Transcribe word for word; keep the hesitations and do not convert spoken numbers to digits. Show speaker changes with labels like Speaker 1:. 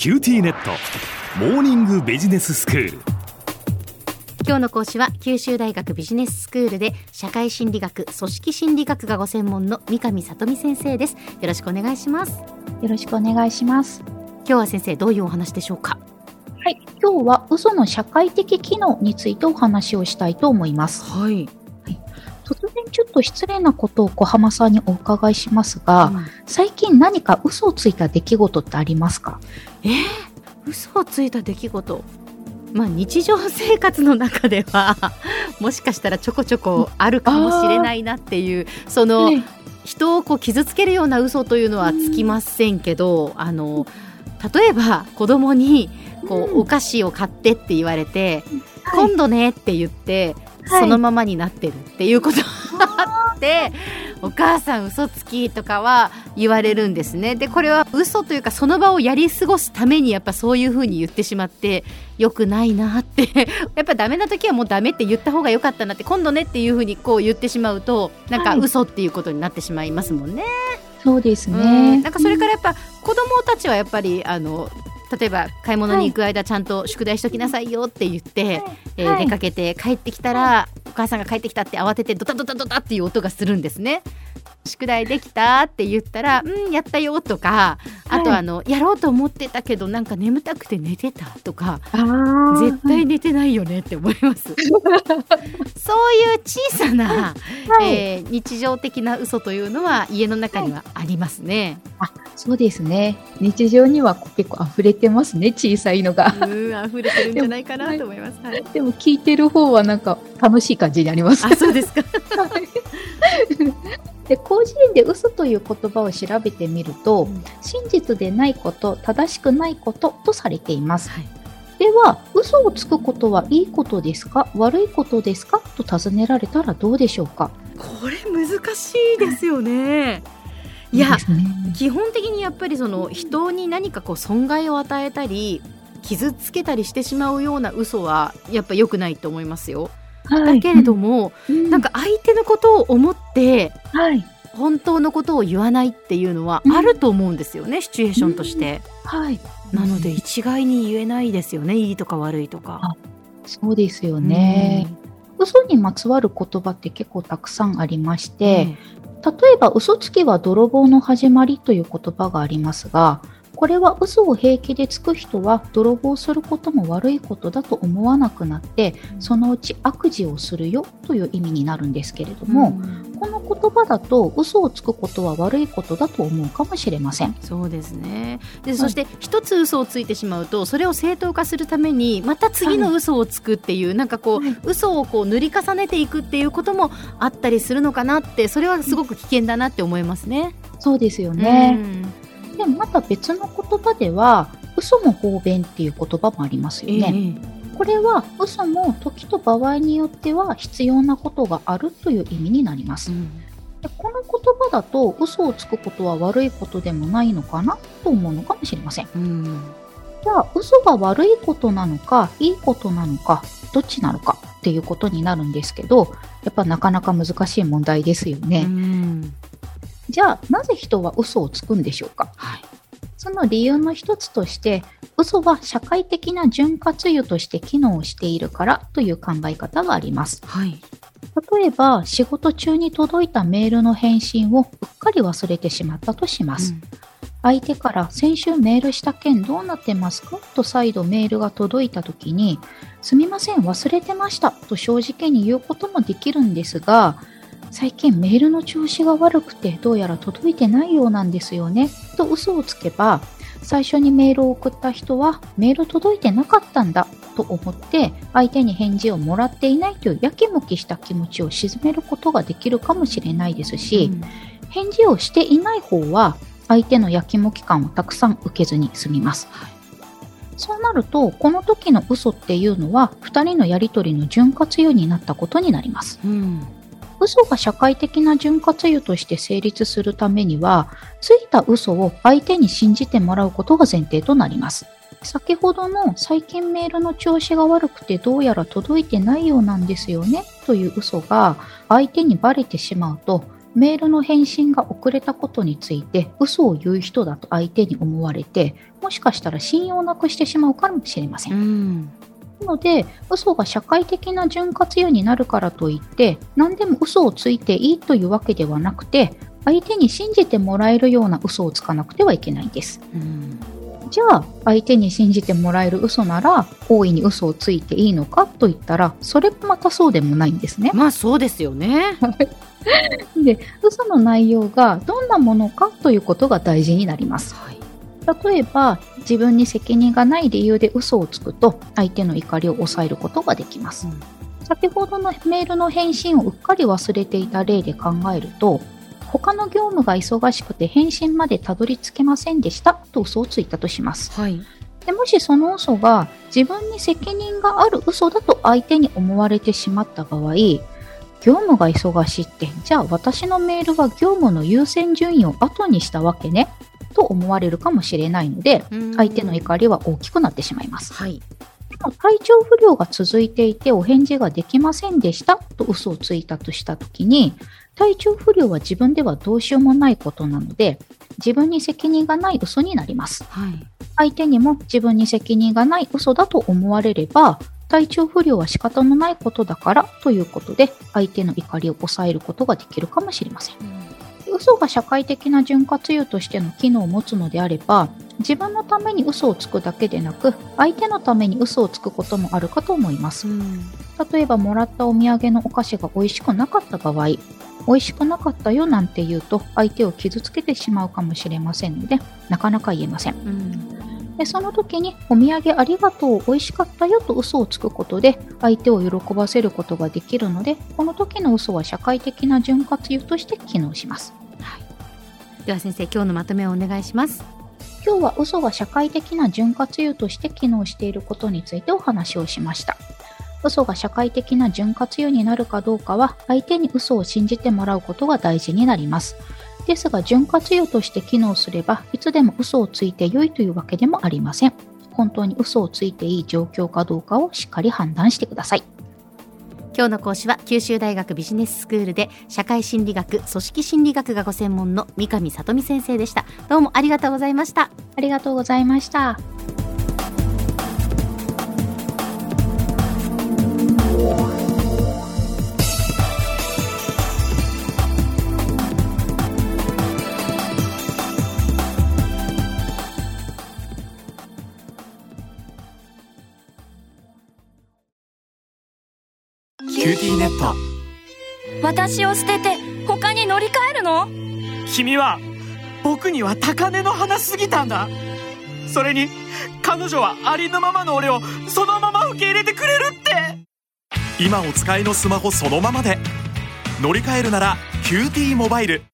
Speaker 1: キューティーネットモーニングビジネススクール。
Speaker 2: 今日の講師は九州大学ビジネススクールで社会心理学、組織心理学がご専門の三上里美先生です。よろしくお願いします。
Speaker 3: よろしくお願いします。
Speaker 2: 今日は先生、どういうお話でしょうか？
Speaker 3: はい、今日は嘘の社会的機能についてお話をしたいと思います。
Speaker 2: はい、
Speaker 3: はい、突然ちょっと失礼なことを小浜さんにお伺いしますが、うん、最近何か嘘をついた出来事ってありますか？
Speaker 2: えー、嘘をついた出来事、まあ、日常生活の中ではもしかしたらちょこちょこあるかもしれないなっていう、その、はい、人をこう傷つけるような嘘というのはつきませんけど、うん、あの例えば子供にこう、うん、お菓子を買ってって言われて、はい、今度ねって言って、はい、そのままになってるっていうことがあって、お母さん嘘つきとかは言われるんですね。でこれは嘘というか、その場をやり過ごすためにやっぱそういう風に言ってしまって良くないなってやっぱダメな時はもうダメって言った方が良かったなって、今度ねっていう風にこう言ってしまうと、なんか嘘っていうことになってしまいますもんね。
Speaker 3: そうですね。
Speaker 2: うん、なんかそれからやっぱ子供たちはやっぱりあの例えば買い物に行く間ちゃんと宿題しときなさいよって言って、はい、えー、出かけて帰ってきたら、はい、お母さんが帰ってきたって慌ててドタドタドタっていう音がするんですね。宿題できたって言ったら、うんやったよとか、あとあの、はい、やろうと思ってたけどなんか眠たくて寝てたとか、絶対寝てないよねって思いますそういう小さな、はい、えー、日常的な嘘というのは家の中にはありますね。
Speaker 3: はい、あ、そうですね。日常には結構溢れてますね、小さいのが。
Speaker 2: うん溢れてるんじゃないかなと思います。はい、
Speaker 3: でも聞いてる方はなんか楽しい感じになります。
Speaker 2: あ、そうですか
Speaker 3: で広辞苑で嘘という言葉を調べてみると、うん、真実でないこと、正しくないこととされています。はい、では嘘をつくことはいいことですか、悪いことですかと尋ねられたらどうでしょうか？
Speaker 2: これ難しいですよね。いや、いいですね。基本的にやっぱりその人に何かこう損害を与えたり傷つけたりしてしまうような嘘はやっぱ良くないと思いますよ。はい、だけれども、うん、なんか相手のことを思って、はい、本当のことを言わないっていうのはあると思うんですよね、うん、シチュエーションとして、うん、はい、なので一概に言えないですよね、いいとか悪いとか。
Speaker 3: あ、そうですよね、うん、嘘にまつわる言葉って結構たくさんありまして、うん、例えば嘘つきは泥棒の始まりという言葉がありますが、これは嘘を平気でつく人は泥棒することも悪いことだと思わなくなって、そのうち悪事をするよという意味になるんですけれども、うん、この言葉だと嘘をつくことは悪いことだと思うかもしれません。
Speaker 2: そうですね。で、そして一つ嘘をついてしまうと、それを正当化するためにまた次の嘘をつくっていう、はい、なんかこう、はい、嘘をこう塗り重ねていくっていうこともあったりするのかなって、それはすごく危険だなって思いますね。
Speaker 3: そうですよね。うん、でもまた別の言葉では嘘も方便っていう言葉もありますよね。えー、これは嘘も時と場合によっては必要なことがあるという意味になります。うん、でこの言葉だと嘘をつくことは悪いことでもないのかなと思うのかもしれません。うん、じゃあ嘘が悪いことなのかいいことなのかどっちなのかっていうことになるんですけど、やっぱなかなか難しい問題ですよね。うん、じゃあなぜ人は嘘をつくんでしょうか？はい、その理由の一つとして、嘘は社会的な潤滑油として機能しているからという考え方があります。はい、例えば仕事中に届いたメールの返信をうっかり忘れてしまったとします。うん、相手から先週メールした件どうなってますかと再度メールが届いたときに、すみません忘れてましたと正直に言うこともできるんですが、最近メールの調子が悪くてどうやら届いてないようなんですよねと嘘をつけば、最初にメールを送った人はメール届いてなかったんだと思って相手に返事をもらっていないというやきもきした気持ちを鎮めることができるかもしれないですし、うん、返事をしていない方は相手のやきもき感をたくさん受けずに済みます。はい、そうなるとこの時の嘘っていうのはふたりのやり取りの潤滑油になったことになります。うん、嘘が社会的な潤滑油として成立するためには、ついた嘘を相手に信じてもらうことが前提となります。先ほどの最近メールの調子が悪くてどうやら届いてないようなんですよねという嘘が相手にバレてしまうと、 メールの返信が遅れたことについて嘘を言う人だと相手に思われて、もしかしたら信用をなくしてしまうかもしれません。
Speaker 2: うん
Speaker 3: なので、嘘が社会的な潤滑油になるからといって何でも嘘をついていいというわけではなくて、相手に信じてもらえるような嘘をつかなくてはいけないんです。
Speaker 2: うん
Speaker 3: じゃあ相手に信じてもらえる嘘なら大いに嘘をついていいのかといったら、それもまたそうでもないんですね。
Speaker 2: まあそうですよね。
Speaker 3: で、嘘の内容がどんなものかということが大事になります。
Speaker 2: はい
Speaker 3: 例えば自分に責任がない理由で嘘をつくと相手の怒りを抑えることができます。
Speaker 2: うん
Speaker 3: 先ほどのメールの返信をうっかり忘れていた例で考えると、他の業務が忙しくて返信までたどり着けませんでしたと嘘をついたとします。
Speaker 2: はい
Speaker 3: でもしその嘘が自分に責任がある嘘だと相手に思われてしまった場合、業務が忙しいって、じゃあ私のメールは業務の優先順位を後にしたわけねと思われるかもしれないので、
Speaker 2: うん
Speaker 3: 相手の怒りは大きくなってしまいます。
Speaker 2: はい
Speaker 3: でも体調不良が続いていてお返事ができませんでしたと嘘をついたとしたときに、体調不良は自分ではどうしようもないことなので、自分に責任がない嘘になります。
Speaker 2: はい
Speaker 3: 相手にも自分に責任がない嘘だと思われれば、体調不良は仕方のないことだからということで相手の怒りを抑えることができるかもしれません。嘘が社会的な潤滑油としての機能を持つのであれば、自分のために嘘をつくだけでなく相手のために嘘をつくこともあるかと思います。
Speaker 2: うん
Speaker 3: 例えばもらったお土産のお菓子が美味しくなかった場合、美味しくなかったよなんて言うと相手を傷つけてしまうかもしれませんので、なかなか言えません。
Speaker 2: うん
Speaker 3: でその時にお土産ありがとう、美味しかったよと嘘をつくことで相手を喜ばせることができるので、この時の嘘は社会的な潤滑油として機能します。
Speaker 2: では先生、今日のまとめをお願いします。
Speaker 3: 今日は嘘が社会的な潤滑油として機能していることについてお話をしました。嘘が社会的な潤滑油になるかどうかは相手に嘘を信じてもらうことが大事になります。ですが潤滑油として機能すればいつでも嘘をついて良いというわけでもありません。本当に嘘をついていい状況かどうかをしっかり判断してください。
Speaker 2: 今日の講師は九州大学ビジネススクールで社会心理学、組織心理学がご専門の三上里美先生でした。どうもありがとうございました。
Speaker 3: ありがとうございました。
Speaker 1: キューティーネット。
Speaker 4: 私を捨てて他に乗り換えるの？
Speaker 5: 君は僕には高嶺の花すぎたんだ。それに彼女はありのままの俺をそのまま受け入れてくれるって。
Speaker 1: 今お使いのスマホそのままで乗り換えるなら キューティー モバイル。